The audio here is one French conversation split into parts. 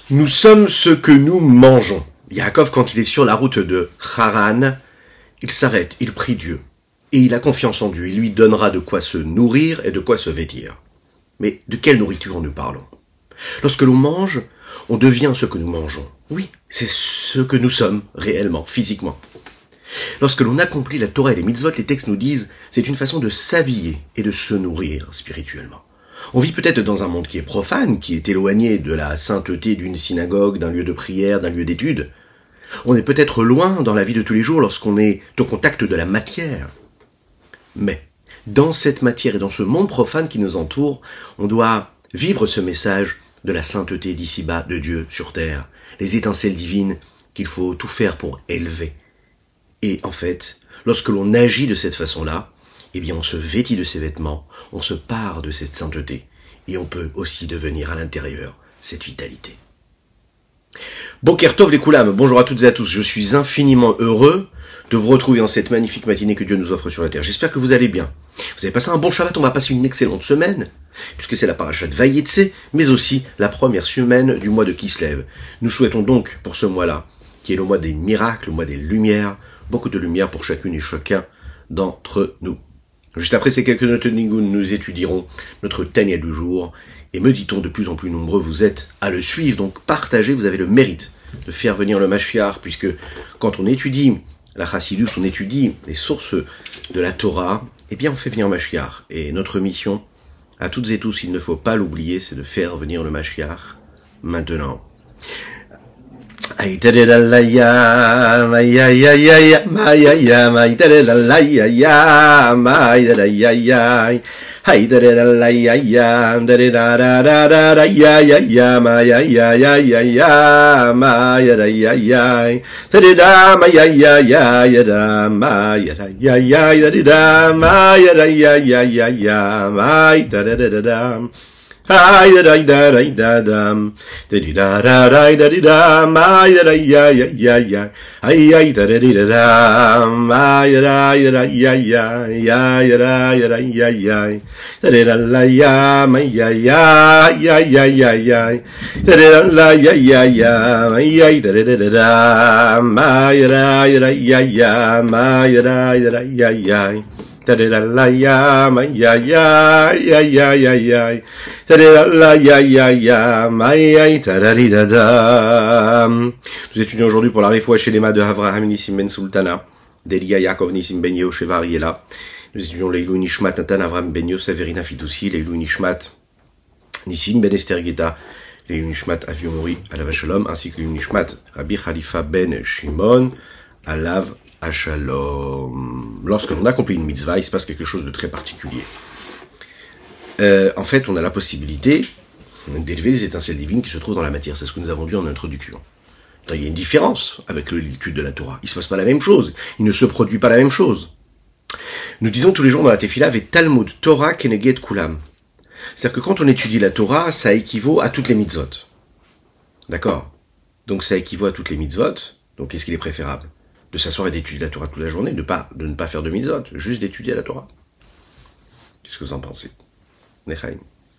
Nous sommes ce que nous mangeons. Yaakov, quand il est sur la route de Haran, il s'arrête, il prie Dieu. Et il a confiance en Dieu. Il lui donnera de quoi se nourrir et de quoi se vêtir. Mais de quelle nourriture nous parlons? Lorsque l'on mange, on devient ce que nous mangeons. Oui, c'est ce que nous sommes, réellement, physiquement. Lorsque l'on accomplit la Torah et les mitzvot, les textes nous disent, c'est une façon de s'habiller et de se nourrir spirituellement. On vit peut-être dans un monde qui est profane, qui est éloigné de la sainteté d'une synagogue, d'un lieu de prière, d'un lieu d'étude. On est peut-être loin dans la vie de tous les jours lorsqu'on est au contact de la matière. Mais, dans cette matière et dans ce monde profane qui nous entoure, on doit vivre ce message de la sainteté d'ici-bas, de Dieu sur terre, les étincelles divines qu'il faut tout faire pour élever. Et en fait, lorsque l'on agit de cette façon-là, eh bien on se vêtit de ces vêtements, on se pare de cette sainteté, et on peut aussi devenir à l'intérieur cette vitalité. Boker Tov les Koulam, bonjour à toutes et à tous, je suis infiniment heureux de vous retrouver en cette magnifique matinée que Dieu nous offre sur la terre. J'espère que vous allez bien. Vous avez passé un bon Shabbat, on va passer une excellente semaine, puisque c'est la parashat Vayetse, mais aussi la première semaine du mois de Kislev. Nous souhaitons donc, pour ce mois-là, qui est le mois des miracles, le mois des lumières, beaucoup de lumière pour chacune et chacun d'entre nous. Juste après ces quelques notes de Nigun, nous étudierons notre Tanya du jour, et me dit-on de plus en plus nombreux vous êtes à le suivre, donc partagez, vous avez le mérite de faire venir le Mashiach, puisque quand on étudie la Chassidut, on étudie les sources de la Torah, eh bien on fait venir Mashiach. Et notre mission, à toutes et tous, il ne faut pas l'oublier, c'est de faire venir le Mashiach maintenant. Ay da da da da dam, da da da da da dam, ay da ya ya ya ya, ay da da da dam, ay da ya ya ya, ya da ya ya ya, da da la ya, ay ya ya ya ya ya ya, da da la ya ya ya, ay da da dam, ay da ya ya ya, ay da ya ya. Nous étudions aujourd'hui pour la Refoua Shelema de Avraham Nissim Ben Sultana, d'Elia Yaakov Nissim Ben Yehosheva Ariela. Nous étudions l'Eilou Nishmat Nathan Avram Ben Yosef Verina Fitoussi, l'Eilou Nishmat Nissim Ben Esther Geta, l'Eilou Nishmat Aviomori Alav Shalom, ainsi que l'Eilou Nishmat Rabbi Khalifa Ben Shimon Alav Shalom. Lorsque l'on accomplit une mitzvah, il se passe quelque chose de très particulier. En fait, on a la possibilité d'élever les étincelles divines qui se trouvent dans la matière. C'est ce que nous avons dit en introduction. Il y a une différence avec l'étude de la Torah. Il ne se passe pas la même chose. Il ne se produit pas la même chose. Nous disons tous les jours dans la Tefila, avec Talmud Torah Keneged Kulam. C'est-à-dire que quand on étudie la Torah, ça équivaut à toutes les mitzvot. D'accord? Donc ça équivaut à toutes les mitzvot. Donc qu'est-ce qu'il est préférable? De s'asseoir et d'étudier la Torah toute la journée, de ne pas faire de mitzvot, juste d'étudier la Torah. Qu'est-ce que vous en pensez? Nechaim.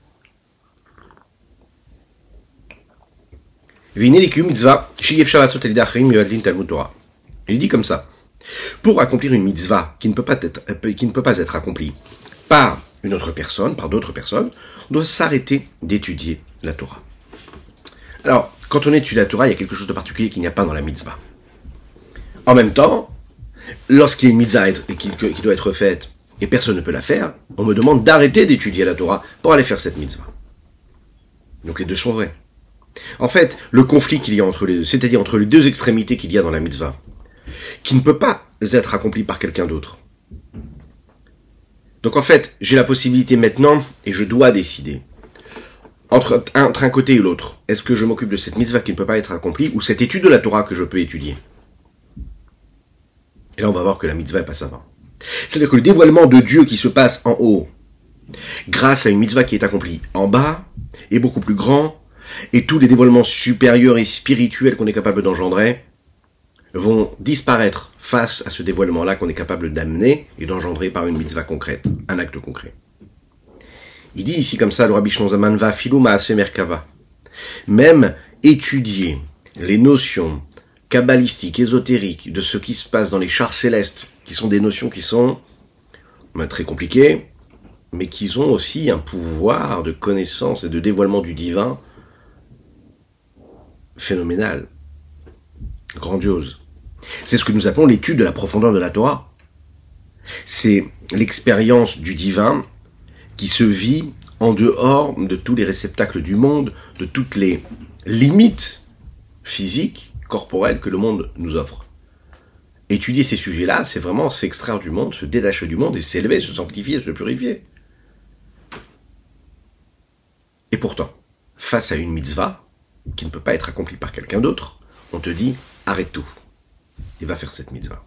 Il dit comme ça. Pour accomplir une mitzvah qui ne peut pas être accomplie par une autre personne, par d'autres personnes, on doit s'arrêter d'étudier la Torah. Alors, quand on étudie la Torah, il y a quelque chose de particulier qu'il n'y a pas dans la mitzvah. En même temps, lorsqu'il y a une mitzvah qui doit être faite et personne ne peut la faire, on me demande d'arrêter d'étudier la Torah pour aller faire cette mitzvah. Donc les deux sont vrais. En fait, le conflit qu'il y a entre les deux, c'est-à-dire entre les deux extrémités qu'il y a dans la mitzvah, qui ne peut pas être accompli par quelqu'un d'autre. Donc en fait, j'ai la possibilité maintenant, et je dois décider, entre un côté et l'autre, est-ce que je m'occupe de cette mitzvah qui ne peut pas être accomplie, ou cette étude de la Torah que je peux étudier? Et là, on va voir que la mitzvah passe avant. C'est-à-dire que le dévoilement de Dieu qui se passe en haut, grâce à une mitzvah qui est accomplie en bas, est beaucoup plus grand, et tous les dévoilements supérieurs et spirituels qu'on est capable d'engendrer vont disparaître face à ce dévoilement-là qu'on est capable d'amener et d'engendrer par une mitzvah concrète, un acte concret. Il dit ici comme ça, le Rabbi Shlomo Zalman va filou ma'aseh merkava. Même étudier les notions kabbalistiques, ésotériques, de ce qui se passe dans les chars célestes, qui sont des notions qui sont très compliquées, mais qui ont aussi un pouvoir de connaissance et de dévoilement du divin phénoménal, grandiose. C'est ce que nous appelons l'étude de la profondeur de la Torah. C'est l'expérience du divin qui se vit en dehors de tous les réceptacles du monde, de toutes les limites physiques, corporelles que le monde nous offre. Étudier ces sujets-là, c'est vraiment s'extraire du monde, se détacher du monde et s'élever, se sanctifier, se purifier. Et pourtant, face à une mitzvah, qui ne peut pas être accomplie par quelqu'un d'autre, on te dit, arrête tout, et va faire cette mitzvah.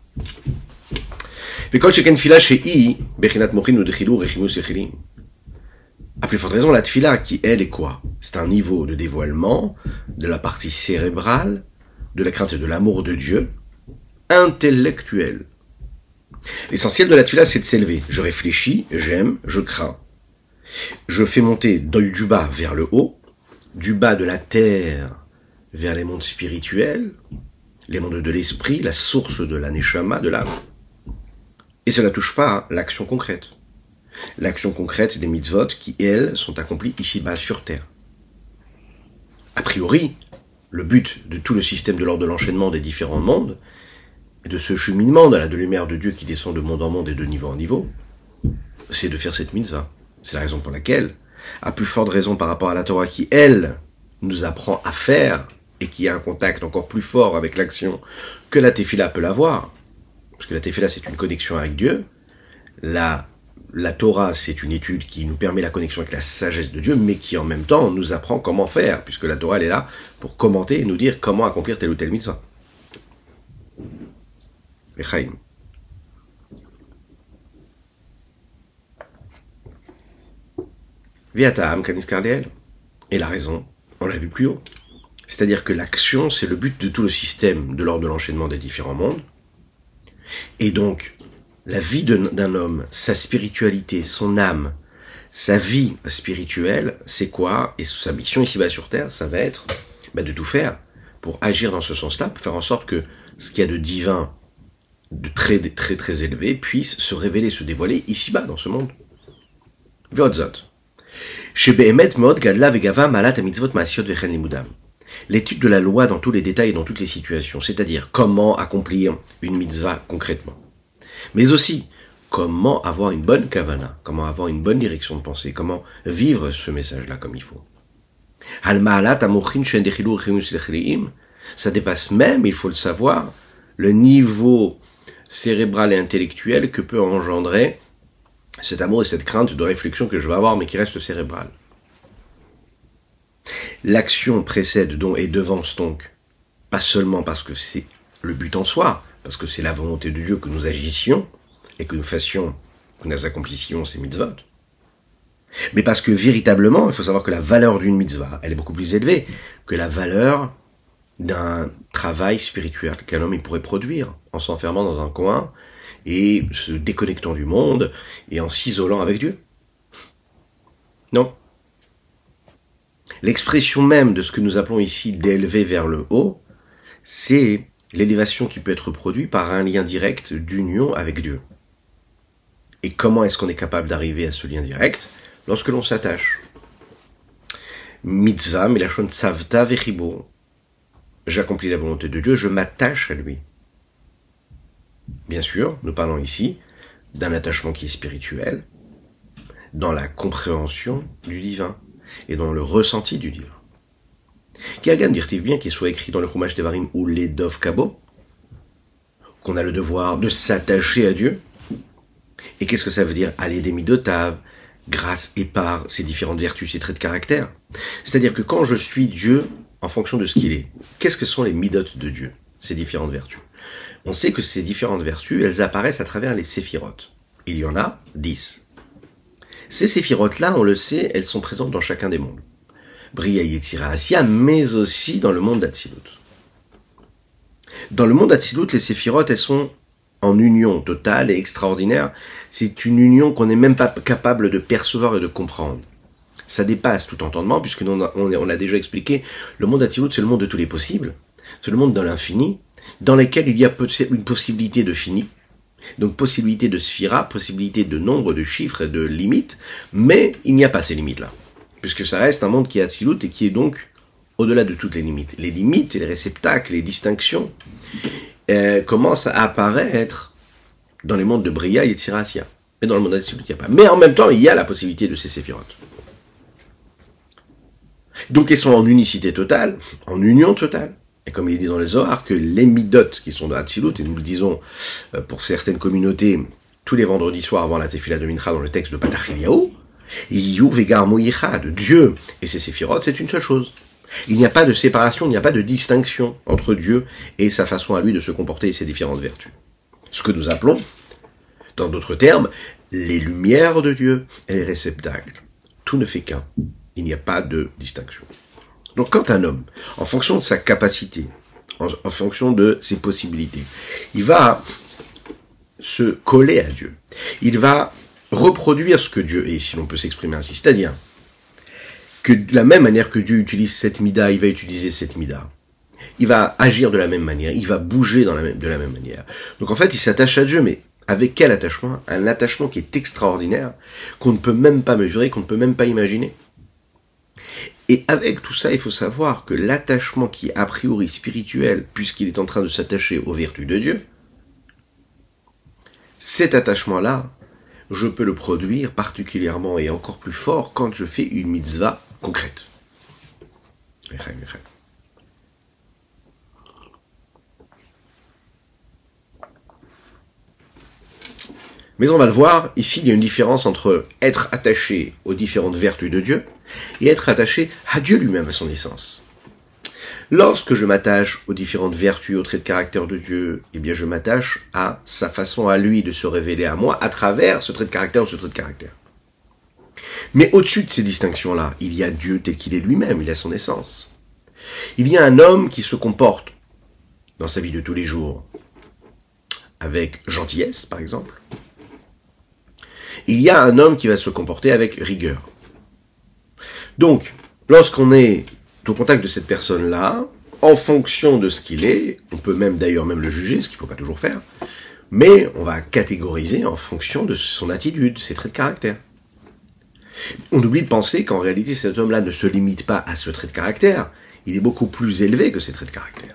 À plus forte raison, la tfila, qui elle est quoi? C'est un niveau de dévoilement de la partie cérébrale, de la crainte et de l'amour de Dieu, intellectuel. L'essentiel de la tfila, c'est de s'élever. Je réfléchis, j'aime, je crains. Je fais monter du bas vers le haut, du bas de la terre vers les mondes spirituels, les mondes de l'esprit, la source de la neshama, de l'âme. Et cela ne touche pas l'action concrète. L'action concrète des mitzvot qui, elles, sont accomplies ici-bas sur terre. A priori, le but de tout le système de l'ordre de l'enchaînement des différents mondes, et de ce cheminement de la lumière de Dieu qui descend de monde en monde et de niveau en niveau, c'est de faire cette mitzvah. C'est la raison pour laquelle, à plus forte raison par rapport à la Torah qui, elle, nous apprend à faire, et qui a un contact encore plus fort avec l'action que la tefila peut l'avoir, parce que la tefila c'est une connexion avec Dieu, la Torah c'est une étude qui nous permet la connexion avec la sagesse de Dieu, mais qui en même temps nous apprend comment faire, puisque la Torah elle est là pour commenter et nous dire comment accomplir telle ou telle mitzvah. Echaim. Viataam kaniskarleel. Et la raison, on l'a vu plus haut. C'est-à-dire que l'action, c'est le but de tout le système de l'ordre de l'enchaînement des différents mondes. Et donc, la vie d'un homme, sa spiritualité, son âme, sa vie spirituelle, c'est quoi? Et sa mission ici-bas sur Terre, ça va être de tout faire pour agir dans ce sens-là, pour faire en sorte que ce qu'il y a de divin, de très, très, très élevé, puisse se révéler, se dévoiler ici-bas, dans ce monde. V'odzot. L'étude de la loi dans tous les détails et dans toutes les situations, c'est-à-dire comment accomplir une mitzvah concrètement. Mais aussi, comment avoir une bonne kavana, comment avoir une bonne direction de pensée, comment vivre ce message-là comme il faut. Ça dépasse même, il faut le savoir, le niveau cérébral et intellectuel que peut engendrer cet amour et cette crainte de réflexion que je vais avoir, mais qui reste cérébrale. L'action précède donc et devance donc, pas seulement parce que c'est le but en soi, parce que c'est la volonté de Dieu que nous agissions et que nous fassions, que nous accomplissions ces mitzvot, mais parce que véritablement, il faut savoir que la valeur d'une mitzvah, elle est beaucoup plus élevée que la valeur d'un travail spirituel qu'un homme il pourrait produire en s'enfermant dans un coin et se déconnectant du monde et en s'isolant avec Dieu. Non. L'expression même de ce que nous appelons ici d'élever vers le haut, c'est l'élévation qui peut être produite par un lien direct d'union avec Dieu. Et comment est-ce qu'on est capable d'arriver à ce lien direct? Lorsque l'on s'attache. Mitzvah, milachon savta vechibo. J'accomplis la volonté de Dieu, je m'attache à lui. Bien sûr, nous parlons ici d'un attachement qui est spirituel, dans la compréhension du divin et dans le ressenti du divin. Kiagan dirtive bien qu'il soit écrit dans le Chumash Devarim ou les Dov Kabo, qu'on a le devoir de s'attacher à Dieu. Et qu'est-ce que ça veut dire? Aller des midotav, grâce et par ses différentes vertus, ses traits de caractère. C'est-à-dire que quand je suis Dieu, en fonction de ce qu'il est, qu'est-ce que sont les midot de Dieu, ces différentes vertus? On sait que ces différentes vertus, elles apparaissent à travers les séphirotes. Il y en a 10. Ces séphirotes-là, on le sait, elles sont présentes dans chacun des mondes. Bria Yetzira Asya, mais aussi dans le monde d'Atsilut. Dans le monde d'Atsilut, les séphirotes, elles sont en union totale et extraordinaire. C'est une union qu'on n'est même pas capable de percevoir et de comprendre. Ça dépasse tout entendement, puisque on a déjà expliqué, le monde Atzilut, c'est le monde de tous les possibles, c'est le monde de l'infini, dans lequel il y a une possibilité de fini, donc possibilité de sphira, possibilité de nombre, de chiffres et de limites, mais il n'y a pas ces limites-là, puisque ça reste un monde qui est Atzilut et qui est donc au-delà de toutes les limites. Les limites et les réceptacles, les distinctions commencent à apparaître dans les mondes de Bria et de Siracia. Mais dans le monde Atzilut, il n'y a pas. Mais en même temps, il y a la possibilité de ces séphirotes. Donc ils sont en unicité totale, en union totale. Et comme il est dit dans les Zohar, que les midot qui sont de Atzilut, et nous le disons pour certaines communautés, tous les vendredis soirs avant la Tefila de Mincha dans le texte de Patach Eliyahu, Yu Vegar Moyichad, Dieu et ses séphirotes, c'est une seule chose. Il n'y a pas de séparation, il n'y a pas de distinction entre Dieu et sa façon à lui de se comporter et ses différentes vertus. Ce que nous appelons, dans d'autres termes, les lumières de Dieu et les réceptacles. Tout ne fait qu'un. Il n'y a pas de distinction. Donc quand un homme, en fonction de sa capacité, en fonction de ses possibilités, il va se coller à Dieu, il va reproduire ce que Dieu est, si l'on peut s'exprimer ainsi, c'est-à-dire que de la même manière que Dieu utilise cette mida, il va utiliser cette mida. Il va agir de la même manière, il va bouger de la même manière. Donc en fait, il s'attache à Dieu, mais avec quel attachement? Un attachement qui est extraordinaire, qu'on ne peut même pas mesurer, qu'on ne peut même pas imaginer. Et avec tout ça, il faut savoir que l'attachement qui est a priori spirituel, puisqu'il est en train de s'attacher aux vertus de Dieu, cet attachement-là, je peux le produire particulièrement et encore plus fort quand je fais une mitzvah concrète. Mais on va le voir, ici il y a une différence entre être attaché aux différentes vertus de Dieu et être attaché à Dieu lui-même, à son essence. Lorsque je m'attache aux différentes vertus, aux traits de caractère de Dieu, eh bien je m'attache à sa façon à lui de se révéler à moi à travers ce trait de caractère ou ce trait de caractère. Mais au-dessus de ces distinctions-là, il y a Dieu tel qu'il est lui-même, il a son essence. Il y a un homme qui se comporte dans sa vie de tous les jours avec gentillesse, par exemple. Il y a un homme qui va se comporter avec rigueur. Donc, lorsqu'on est au contact de cette personne-là, en fonction de ce qu'il est, on peut même d'ailleurs même le juger, ce qu'il ne faut pas toujours faire, mais on va catégoriser en fonction de son attitude, ses traits de caractère. On oublie de penser qu'en réalité cet homme-là ne se limite pas à ce trait de caractère, il est beaucoup plus élevé que ces traits de caractère.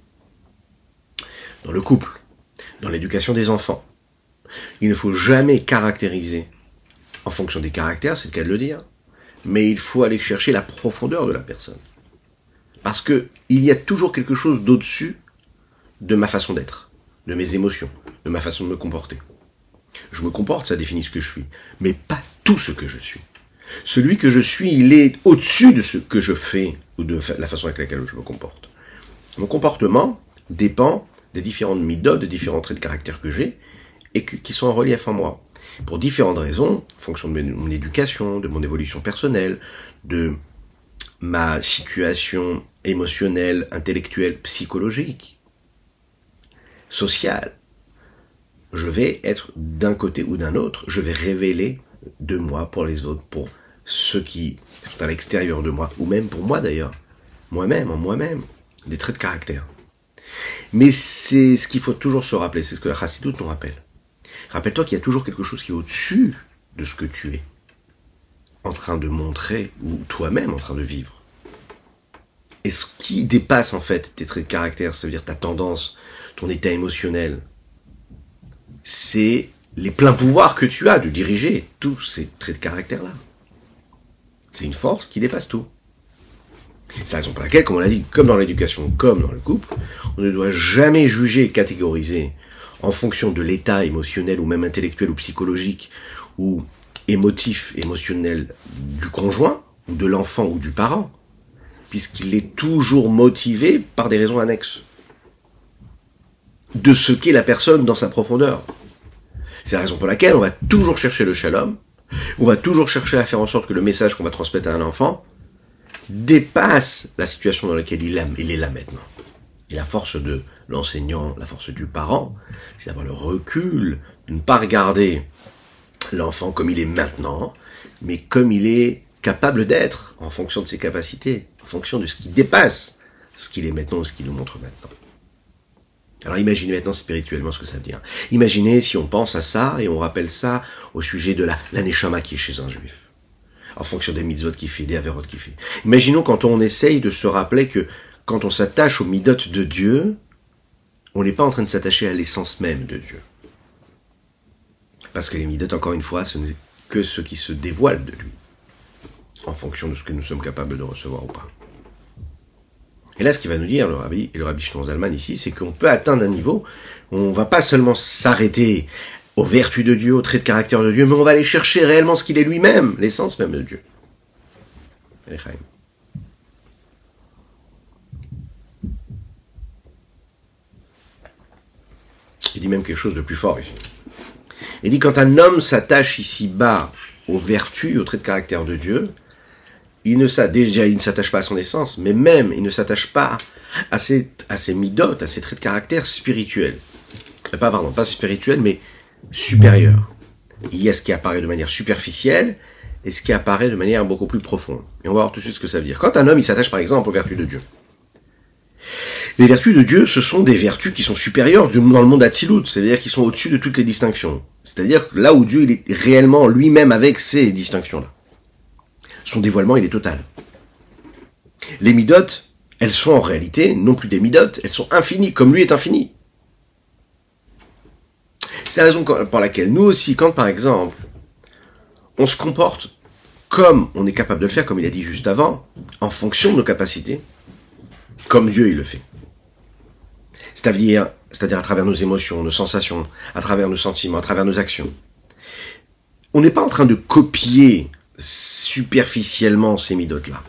Dans le couple, dans l'éducation des enfants, il ne faut jamais caractériser en fonction des caractères, c'est le cas de le dire, mais il faut aller chercher la profondeur de la personne. Parce que il y a toujours quelque chose d'au-dessus de ma façon d'être, de mes émotions, de ma façon de me comporter. Je me comporte, ça définit ce que je suis, mais pas tout ce que je suis. Celui que je suis, il est au-dessus de ce que je fais ou de la façon avec laquelle je me comporte. Mon comportement dépend des différentes midot, des différents traits de caractère que j'ai et qui sont en relief en moi. Pour différentes raisons, en fonction de mon éducation, de mon évolution personnelle, de ma situation émotionnelle, intellectuelle, psychologique, sociale, je vais être d'un côté ou d'un autre, je vais révéler de moi pour les autres, pour ceux qui sont à l'extérieur de moi, ou même pour moi d'ailleurs, moi-même, en moi-même, des traits de caractère. Mais c'est ce qu'il faut toujours se rappeler, c'est ce que la Chassidut nous rappelle. Rappelle-toi qu'il y a toujours quelque chose qui est au-dessus de ce que tu es, en train de montrer, ou toi-même en train de vivre. Et ce qui dépasse en fait tes traits de caractère, ça veut dire ta tendance, ton état émotionnel, c'est les pleins pouvoirs que tu as de diriger tous ces traits de caractère-là. C'est une force qui dépasse tout. C'est la raison pour laquelle, comme on l'a dit, comme dans l'éducation, comme dans le couple, on ne doit jamais juger et catégoriser en fonction de l'état émotionnel ou même intellectuel ou psychologique ou émotif, émotionnel du conjoint ou de l'enfant ou du parent, puisqu'il est toujours motivé par des raisons annexes de ce qu'est la personne dans sa profondeur. C'est la raison pour laquelle on va toujours chercher le shalom, on va toujours chercher à faire en sorte que le message qu'on va transmettre à un enfant dépasse la situation dans laquelle il est là maintenant. Et la force de l'enseignant, la force du parent, c'est d'avoir le recul, de ne pas regarder l'enfant comme il est maintenant, mais comme il est capable d'être en fonction de ses capacités, en fonction de ce qui dépasse ce qu'il est maintenant ou ce qu'il nous montre maintenant. Alors imaginez maintenant spirituellement ce que ça veut dire. Imaginez si on pense à ça et on rappelle ça au sujet de la neshama qui est chez un juif, en fonction des mitzvot qu'il fait, des averot qu'il fait. Imaginons quand on essaye de se rappeler que quand on s'attache aux midot de Dieu, on n'est pas en train de s'attacher à l'essence même de Dieu. Parce que les midot, encore une fois, ce n'est que ce qui se dévoile de lui, en fonction de ce que nous sommes capables de recevoir ou pas. Et là, ce qu'il va nous dire, le Rabbi Shlomo Zalman ici, c'est qu'on peut atteindre un niveau où on va pas seulement s'arrêter aux vertus de Dieu, aux traits de caractère de Dieu, mais on va aller chercher réellement ce qu'il est lui-même, l'essence même de Dieu. Il dit même quelque chose de plus fort ici. Il dit quand un homme s'attache ici-bas aux vertus, aux traits de caractère de Dieu, il ne s'attache pas à son essence, mais même il ne s'attache pas à ses midot, à ses traits de caractère spirituels. Pas spirituels, mais supérieurs. Il y a ce qui apparaît de manière superficielle et ce qui apparaît de manière beaucoup plus profonde. Et on va voir tout de suite ce que ça veut dire. Quand un homme il s'attache par exemple aux vertus de Dieu, les vertus de Dieu, ce sont des vertus qui sont supérieures dans le monde Atzilut, c'est-à-dire qui sont au-dessus de toutes les distinctions. C'est-à-dire là où Dieu il est réellement lui-même avec ces distinctions-là. Son dévoilement, il est total. Les midot, elles sont en réalité non plus des midot, elles sont infinies, comme lui est infini. C'est la raison pour laquelle nous aussi, quand par exemple, on se comporte comme on est capable de le faire, comme il a dit juste avant, en fonction de nos capacités, comme Dieu il le fait. C'est-à-dire à travers nos émotions, nos sensations, à travers nos sentiments, à travers nos actions. On n'est pas en train de copier superficiellement ces midotes-là.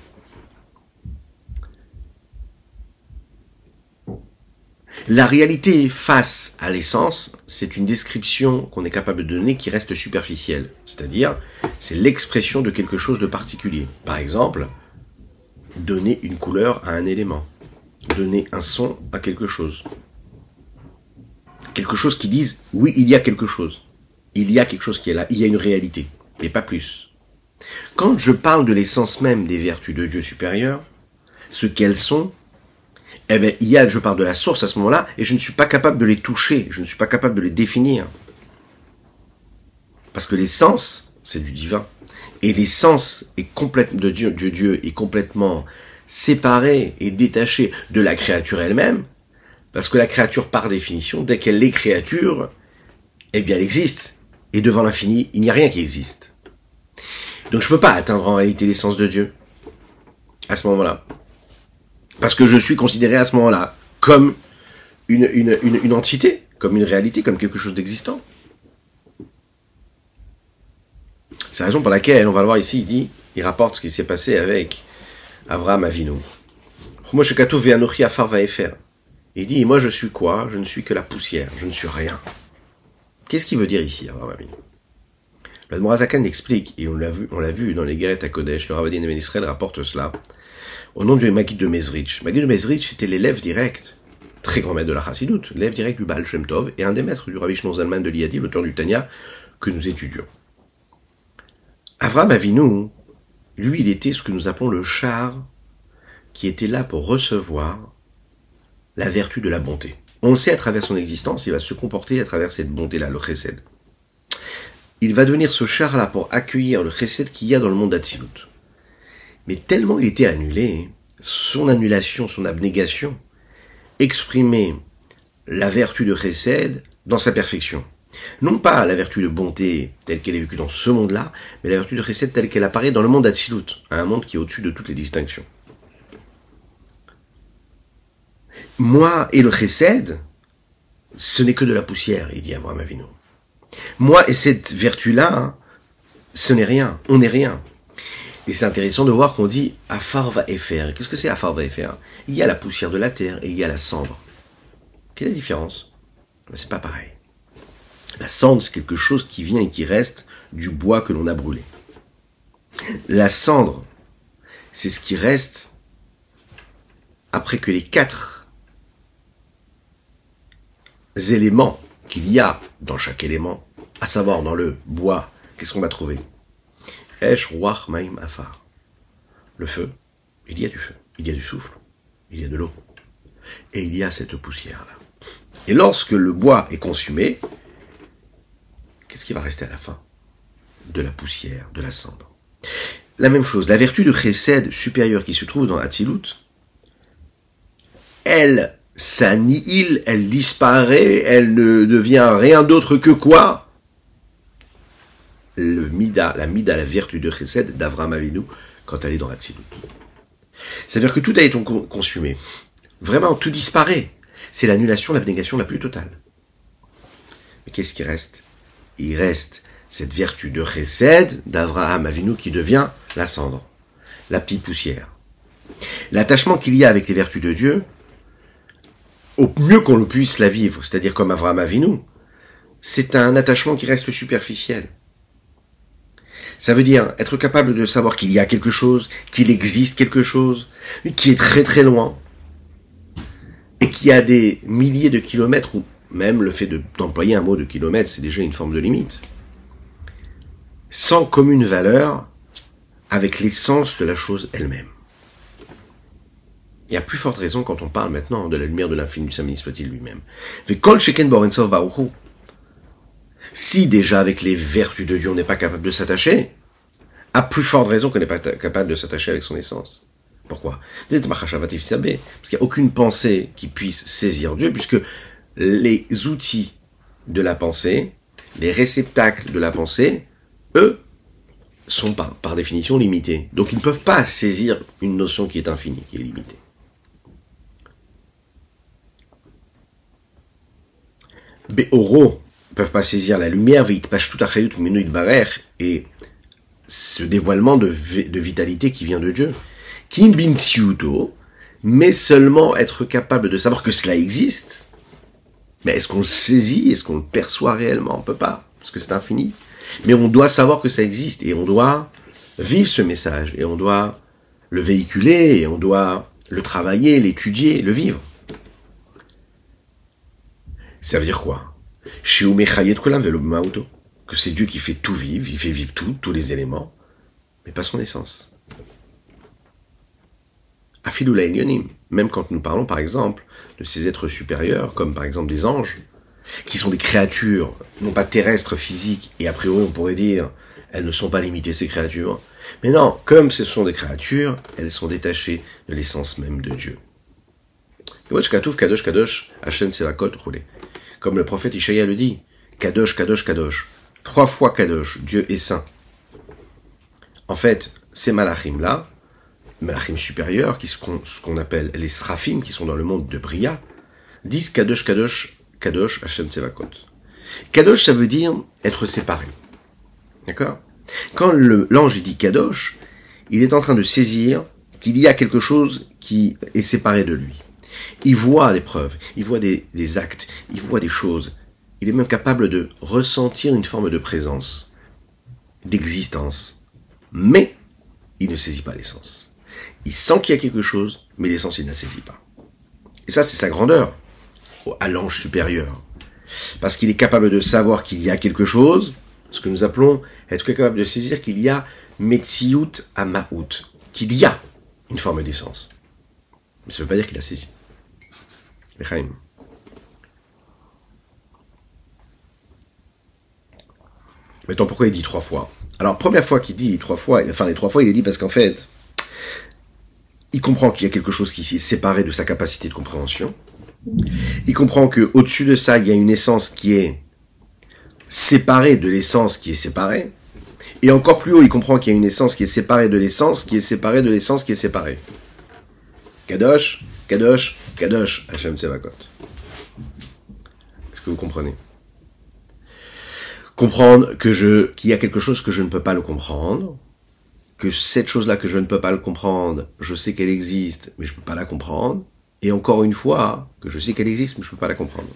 La réalité face à l'essence, c'est une description qu'on est capable de donner qui reste superficielle. C'est-à-dire, c'est l'expression de quelque chose de particulier. Par exemple, donner une couleur à un élément. Donner un son à quelque chose. Quelque chose qui dise, oui, il y a quelque chose. Il y a quelque chose qui est là. Il y a une réalité. Mais pas plus. Quand je parle de l'essence même des vertus de Dieu supérieur, ce qu'elles sont, eh bien, je parle de la source à ce moment-là, et je ne suis pas capable de les toucher, je ne suis pas capable de les définir. Parce que l'essence, c'est du divin. Et l'essence est complètement de Dieu est complètement séparée et détachée de la créature elle-même, parce que la créature, par définition, dès qu'elle est créature, eh bien, elle existe. Et devant l'infini, il n'y a rien qui existe. Donc je peux pas atteindre en réalité l'essence de Dieu à ce moment-là. Parce que je suis considéré à ce moment-là comme une entité, comme une réalité, comme quelque chose d'existant. C'est la raison pour laquelle, on va le voir ici, il rapporte ce qui s'est passé avec Avraham Avinu. Il dit, moi je suis quoi? Je ne suis que la poussière, je ne suis rien. Qu'est-ce qu'il veut dire ici, Avraham Avinu? L'Admor HaZaken explique, et on l'a vu dans les Geret HaKodesh, le Ravadim Ben Israël rapporte cela, au nom du Maggid de Mezrich. Maggid de Mezrich, c'était l'élève direct, très grand maître de la Chassidut, l'élève direct du Baal Shem Tov, et un des maîtres du Rabbi Shlomo Zalman de Liadi, l'auteur du Tanya, que nous étudions. Avraham Avinu, lui, il était ce que nous appelons le char, qui était là pour recevoir la vertu de la bonté. On le sait à travers son existence, il va se comporter à travers cette bonté-là, le chesed. Il va devenir ce char-là pour accueillir le chesed qu'il y a dans le monde d'Atzilut. Mais tellement il était annulé, son annulation, son abnégation, exprimait la vertu de chesed dans sa perfection. Non pas la vertu de bonté telle qu'elle est vécue dans ce monde-là, mais la vertu de chesed telle qu'elle apparaît dans le monde d'Atzilut, un monde qui est au-dessus de toutes les distinctions. Moi et le chesed, ce n'est que de la poussière, il dit Avraham Avinu. Moi et cette vertu-là, ce n'est rien, on n'est rien. Et c'est intéressant de voir qu'on dit Afar va Efer. Qu'est-ce que c'est Afar va Efer? Il y a la poussière de la terre et il y a la cendre. Quelle est la différence? C'est pas pareil. La cendre, c'est quelque chose qui vient et qui reste du bois que l'on a brûlé. La cendre, c'est ce qui reste après que les 4 éléments qu'il y a dans chaque élément, à savoir dans le bois, qu'est-ce qu'on va trouver? Esh, Ruach, Maim, Afar. le feu, il y a du feu, il y a du souffle, il y a de l'eau, et il y a cette poussière-là. Et lorsque le bois est consumé, qu'est-ce qui va rester à la fin? De la poussière, de la cendre. La même chose, la vertu de Chesed supérieure qui se trouve dans Hatzilut, elle s'annihile, elle disparaît, elle ne devient rien d'autre que quoi? La mida, la vertu de Chesed d'Avraham Avinu quand elle est dans Hatzilut. C'est-à-dire que tout a été consumé. Vraiment, tout disparaît. C'est l'annulation, l'abnégation la plus totale. Mais qu'est-ce qui reste? Il reste cette vertu de Chesed d'Avraham Avinu qui devient la cendre, la petite poussière. L'attachement qu'il y a avec les vertus de Dieu, au mieux qu'on le puisse la vivre, c'est-à-dire comme Avraham Avinu, c'est un attachement qui reste superficiel. Ça veut dire être capable de savoir qu'il y a quelque chose, qu'il existe quelque chose, qui est très très loin, et qui a des milliers de kilomètres, ou même le fait d'employer un mot de kilomètre, c'est déjà une forme de limite, sans commune valeur avec l'essence de la chose elle-même. Il y a plus forte raison quand on parle maintenant de la lumière de l'infini du Saint soit-il lui-même. Si déjà avec les vertus de Dieu on n'est pas capable de s'attacher, à plus forte raison qu'on n'est pas capable de s'attacher avec son essence. Pourquoi? Parce qu'il n'y a aucune pensée qui puisse saisir Dieu, puisque les outils de la pensée, les réceptacles de la pensée, eux, sont par définition limités. Donc ils ne peuvent pas saisir une notion qui est infinie, qui est limitée. Be'oro ne peuvent pas saisir la lumière, et ce dévoilement de vitalité qui vient de Dieu. Kim bin tsiuto, mais seulement être capable de savoir que cela existe. Mais est-ce qu'on le saisit? Est-ce qu'on le perçoit réellement? On ne peut pas, parce que c'est infini. Mais on doit savoir que ça existe, et on doit vivre ce message, et on doit le véhiculer, et on doit le travailler, l'étudier, le vivre. Ça veut dire quoi? Que c'est Dieu qui fait tout vivre, il fait vivre tous les éléments, mais pas son essence. Afilou Elionim, même quand nous parlons par exemple de ces êtres supérieurs, comme par exemple des anges, qui sont des créatures, non pas terrestres, physiques, et a priori on pourrait dire, elles ne sont pas limitées ces créatures, mais non, comme ce sont des créatures, elles sont détachées de l'essence même de Dieu. Kadosh, Kadosh, Hashem Sevakot, roulé. Comme le prophète Ishaïa le dit, Kadosh, Kadosh, Kadosh. 3 fois Kadosh, Dieu est saint. En fait, ces malachim-là, malachim supérieurs, ce qu'on appelle les srafim, qui sont dans le monde de Bria, disent Kadosh, Kadosh, Kadosh, Hashem Tsevakot. Kadosh, ça veut dire être séparé. D'accord? Quand l'ange dit Kadosh, il est en train de saisir qu'il y a quelque chose qui est séparé de lui. Il voit des preuves, il voit des actes, il voit des choses. Il est même capable de ressentir une forme de présence, d'existence. Mais il ne saisit pas l'essence. Il sent qu'il y a quelque chose, mais l'essence, il ne la saisit pas. Et ça, c'est sa grandeur à l'ange supérieur. Parce qu'il est capable de savoir qu'il y a quelque chose, ce que nous appelons être capable de saisir qu'il y a Metsiout à Maout, qu'il y a une forme d'essence. Mais ça ne veut pas dire qu'il a saisi. L'Echaim. Maintenant, pourquoi il dit 3 fois? Alors, première fois qu'il dit 3 fois, enfin les 3 fois, il les dit parce qu'en fait, il comprend qu'il y a quelque chose qui s'est séparé de sa capacité de compréhension. Il comprend que au-dessus de ça, il y a une essence qui est séparée de l'essence qui est séparée. Et encore plus haut, il comprend qu'il y a une essence qui est séparée de l'essence qui est séparée de l'essence qui est séparée. Kadosh, Kadosh, Kadosh, Hashem Tsevakot. Est-ce que vous comprenez? Comprendre qu'il y a quelque chose que je ne peux pas le comprendre, que cette chose-là que je ne peux pas le comprendre, je sais qu'elle existe, mais je ne peux pas la comprendre, et encore une fois, que je sais qu'elle existe, mais je ne peux pas la comprendre.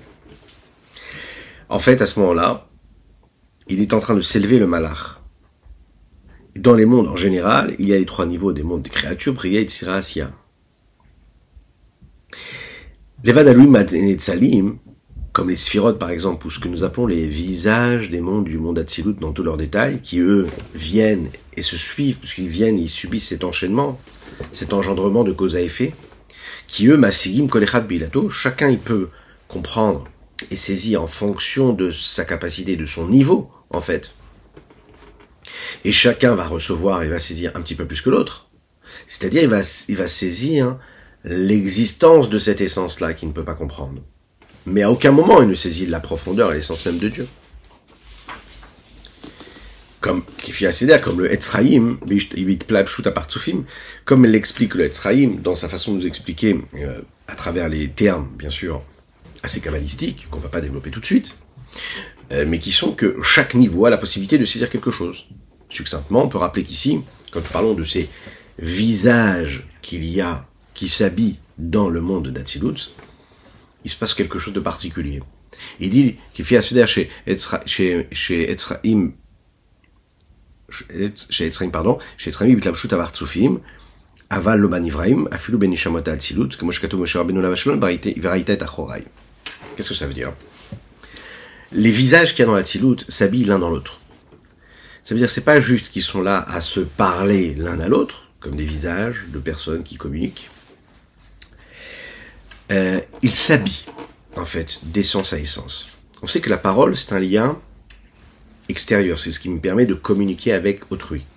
En fait, à ce moment-là, il est en train de s'élever le malach. Dans les mondes en général, il y a les 3 niveaux des mondes des créatures, Bria, Yetzira, Asiya. Levad Alui Netzalim, comme les sphirotes par exemple, ou ce que nous appelons les visages des mondes du monde Atzilut dans tous leurs détails, qui eux viennent et se suivent, puisqu'ils viennent, ils subissent cet enchaînement, cet engendrement de cause à effet, qui eux, masigim kolechad bilato, chacun il peut comprendre et saisir en fonction de sa capacité, de son niveau, en fait. Et chacun va recevoir et va saisir un petit peu plus que l'autre. C'est-à-dire, il va saisir l'existence de cette essence-là qu'il ne peut pas comprendre. Mais à aucun moment, il ne saisit la profondeur et l'essence même de Dieu. Comme Kifi Aseder, comme le Etzraïm, comme l'explique le Etzraïm, dans sa façon de nous expliquer, à travers les termes, bien sûr, assez kabbalistiques, qu'on ne va pas développer tout de suite, mais qui sont que chaque niveau a la possibilité de saisir quelque chose. Succinctement, on peut rappeler qu'ici, quand nous parlons de ces visages qu'il y a, qui s'habillent dans le monde d'Atsilut, il se passe quelque chose de particulier. Il dit qu'il fait Aseder chez Etzraïm, chez Etzraïm bitlapshut avartzufim, aval lo banivraim, afilu benishamot Atsilut, que moshkato Moshe Rabbeinu lavashalom veraita et achorai. Qu'est-ce que ça veut dire? Les visages qu'il y a dans l'Atsilut s'habillent l'un dans l'autre. Ça veut dire que c'est pas juste qu'ils sont là à se parler l'un à l'autre, comme des visages de personnes qui communiquent. Ils s'habillent, en fait, d'essence à essence. On sait que la parole, c'est un lien extérieur, c'est ce qui me permet de communiquer avec autrui.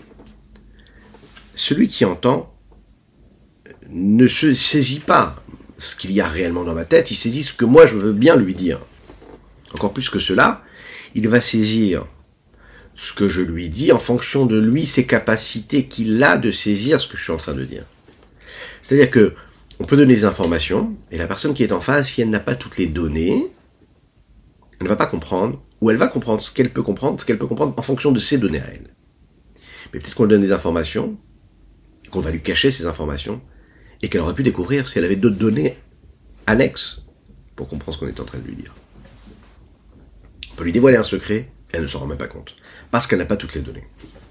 Celui qui entend ne se saisit pas ce qu'il y a réellement dans ma tête, il saisit ce que moi je veux bien lui dire. Encore plus que cela, il va saisir ce que je lui dis en fonction de lui, ses capacités qu'il a de saisir ce que je suis en train de dire. C'est-à-dire que on peut donner des informations, et la personne qui est en face, si elle n'a pas toutes les données, elle ne va pas comprendre, ou elle va comprendre ce qu'elle peut comprendre en fonction de ses données à elle. Mais peut-être qu'on lui donne des informations, qu'on va lui cacher ces informations, et qu'elle aurait pu découvrir si elle avait d'autres données annexes pour comprendre ce qu'on est en train de lui dire. On peut lui dévoiler un secret, elle ne s'en rend même pas compte, parce qu'elle n'a pas toutes les données.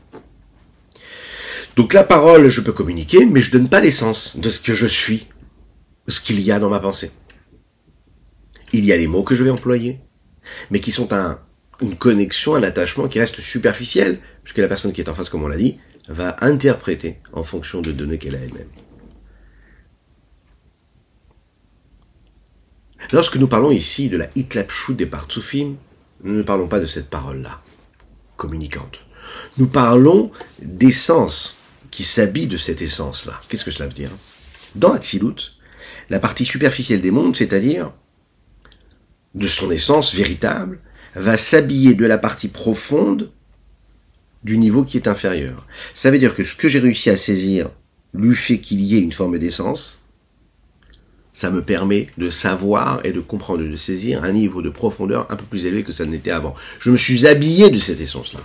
Donc la parole, je peux communiquer, mais je donne pas l'essence de ce que je suis, ce qu'il y a dans ma pensée. Il y a les mots que je vais employer, mais qui sont une connexion, un attachement qui reste superficiel, puisque la personne qui est en face, comme on l'a dit, va interpréter en fonction de données qu'elle a elle-même. Lorsque nous parlons ici de la hitlapshut des partsufim, nous ne parlons pas de cette parole-là, communicante. Nous parlons d'essence qui s'habille de cette essence-là. Qu'est-ce que cela veut dire? Dans Atzilut, la partie superficielle des mondes, c'est-à-dire de son essence véritable, va s'habiller de la partie profonde du niveau qui est inférieur. Ça veut dire que ce que j'ai réussi à saisir, lui fait qu'il y ait une forme d'essence, ça me permet de savoir et de comprendre, de saisir un niveau de profondeur un peu plus élevé que ça n'était avant. Je me suis habillé de cette essence-là.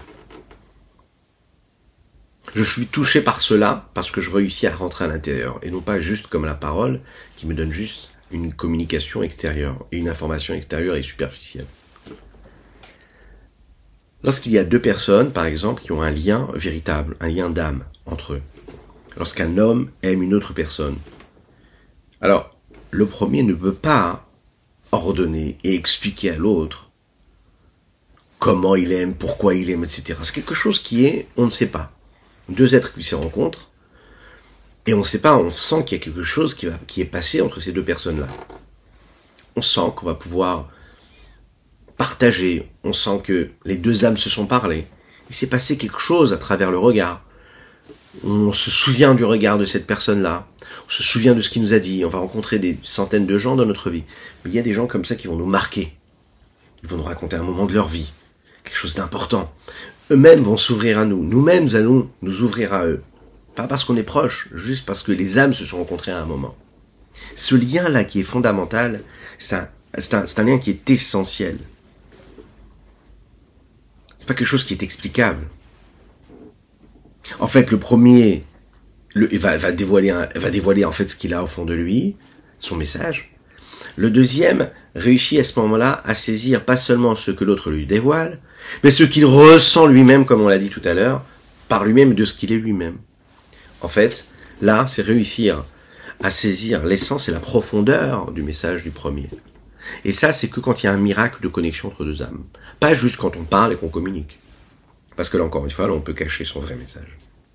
Je suis touché par cela parce que je réussis à rentrer à l'intérieur, et non pas juste comme la parole qui me donne juste une communication extérieure et une information extérieure et superficielle. Lorsqu'il y a deux personnes, par exemple, qui ont un lien véritable, un lien d'âme entre eux, lorsqu'un homme aime une autre personne, alors le premier ne peut pas ordonner et expliquer à l'autre comment il aime, pourquoi il aime, etc. C'est quelque chose qui est, on ne sait pas. Deux êtres qui se rencontrent, et on ne sait pas, on sent qu'il y a quelque chose qui est passé entre ces deux personnes-là. On sent qu'on va pouvoir partager, on sent que les deux âmes se sont parlé. Il s'est passé quelque chose à travers le regard. On se souvient du regard de cette personne-là, on se souvient de ce qu'il nous a dit, on va rencontrer des centaines de gens dans notre vie. Mais il y a des gens comme ça qui vont nous marquer. Ils vont nous raconter un moment de leur vie, quelque chose d'important. Eux-mêmes vont s'ouvrir à nous. Nous-mêmes nous allons nous ouvrir à eux. Pas parce qu'on est proche, juste parce que les âmes se sont rencontrées à un moment. Ce lien-là qui est fondamental, c'est un lien qui est essentiel. C'est pas quelque chose qui est explicable. En fait, le premier va dévoiler en fait ce qu'il a au fond de lui, son message. Le deuxième réussit à ce moment-là à saisir pas seulement ce que l'autre lui dévoile, mais ce qu'il ressent lui-même, comme on l'a dit tout à l'heure, par lui-même de ce qu'il est lui-même. En fait, là, c'est réussir à saisir l'essence et la profondeur du message du premier. Et ça, c'est que quand il y a un miracle de connexion entre deux âmes. Pas juste quand on parle et qu'on communique. Parce que là, encore une fois, là, on peut cacher son vrai message.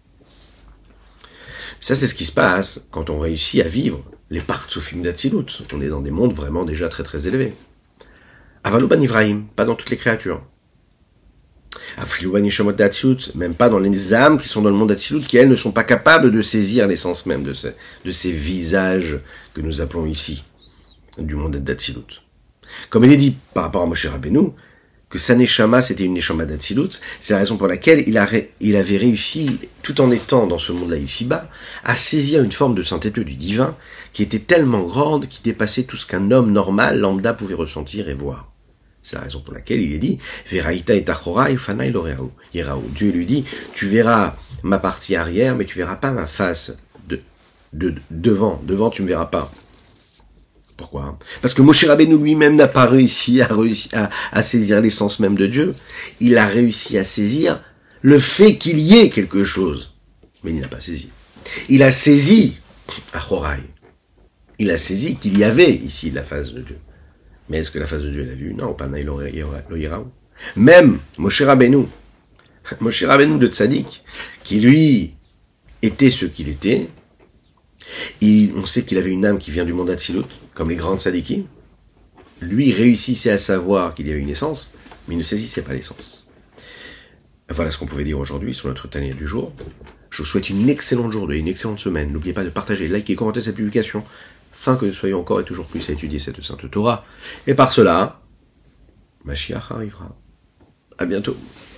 Ça, c'est ce qui se passe quand on réussit à vivre les Partsufim d'Atsilut. On est dans des mondes vraiment déjà très très élevés. Avaloban Ivrahim, pas dans toutes les créatures. Afilouban Nishamot d'Atsilut, même pas dans les âmes qui sont dans le monde d'Atsilut, qui elles ne sont pas capables de saisir l'essence même de ces visages que nous appelons ici, du monde d'Atsilut. Comme il est dit par rapport à Moshe Rabbeinu, que sa Neshama c'était une Neshama d'Atsilut, c'est la raison pour laquelle il avait réussi, tout en étant dans ce monde-là ici-bas, à saisir une forme de sainteté du divin qui était tellement grande, qui dépassait tout ce qu'un homme normal, lambda, pouvait ressentir et voir. C'est la raison pour laquelle il est dit Veraïta et Tachora et Fanai Loreau. Dieu lui dit, tu verras ma partie arrière, mais tu verras pas ma face devant. Devant, tu me verras pas. Pourquoi ? Parce que Moshe Rabbeinu lui-même n'a pas réussi à saisir l'essence même de Dieu. Il a réussi à saisir le fait qu'il y ait quelque chose. Mais il n'a pas saisi. Il a saisi Achorai. Il a saisi qu'il y avait ici la face de Dieu. Mais est-ce que la face de Dieu elle a vu ? Non, pas Naïlo Yiraou. Même Moshe Rabbeinu de Tzadik, qui lui était ce qu'il était, on sait qu'il avait une âme qui vient du monde d'Atsilut, comme les grands tzadikim. Lui réussissait à savoir qu'il y avait une essence, mais il ne saisissait pas l'essence. Voilà ce qu'on pouvait dire aujourd'hui sur notre Tania du jour. Je vous souhaite une excellente journée, une excellente semaine. N'oubliez pas de partager, liker et commenter cette publication, afin que nous soyons encore et toujours plus à étudier cette Sainte Torah. Et par cela, Mashiach arrivera. À bientôt.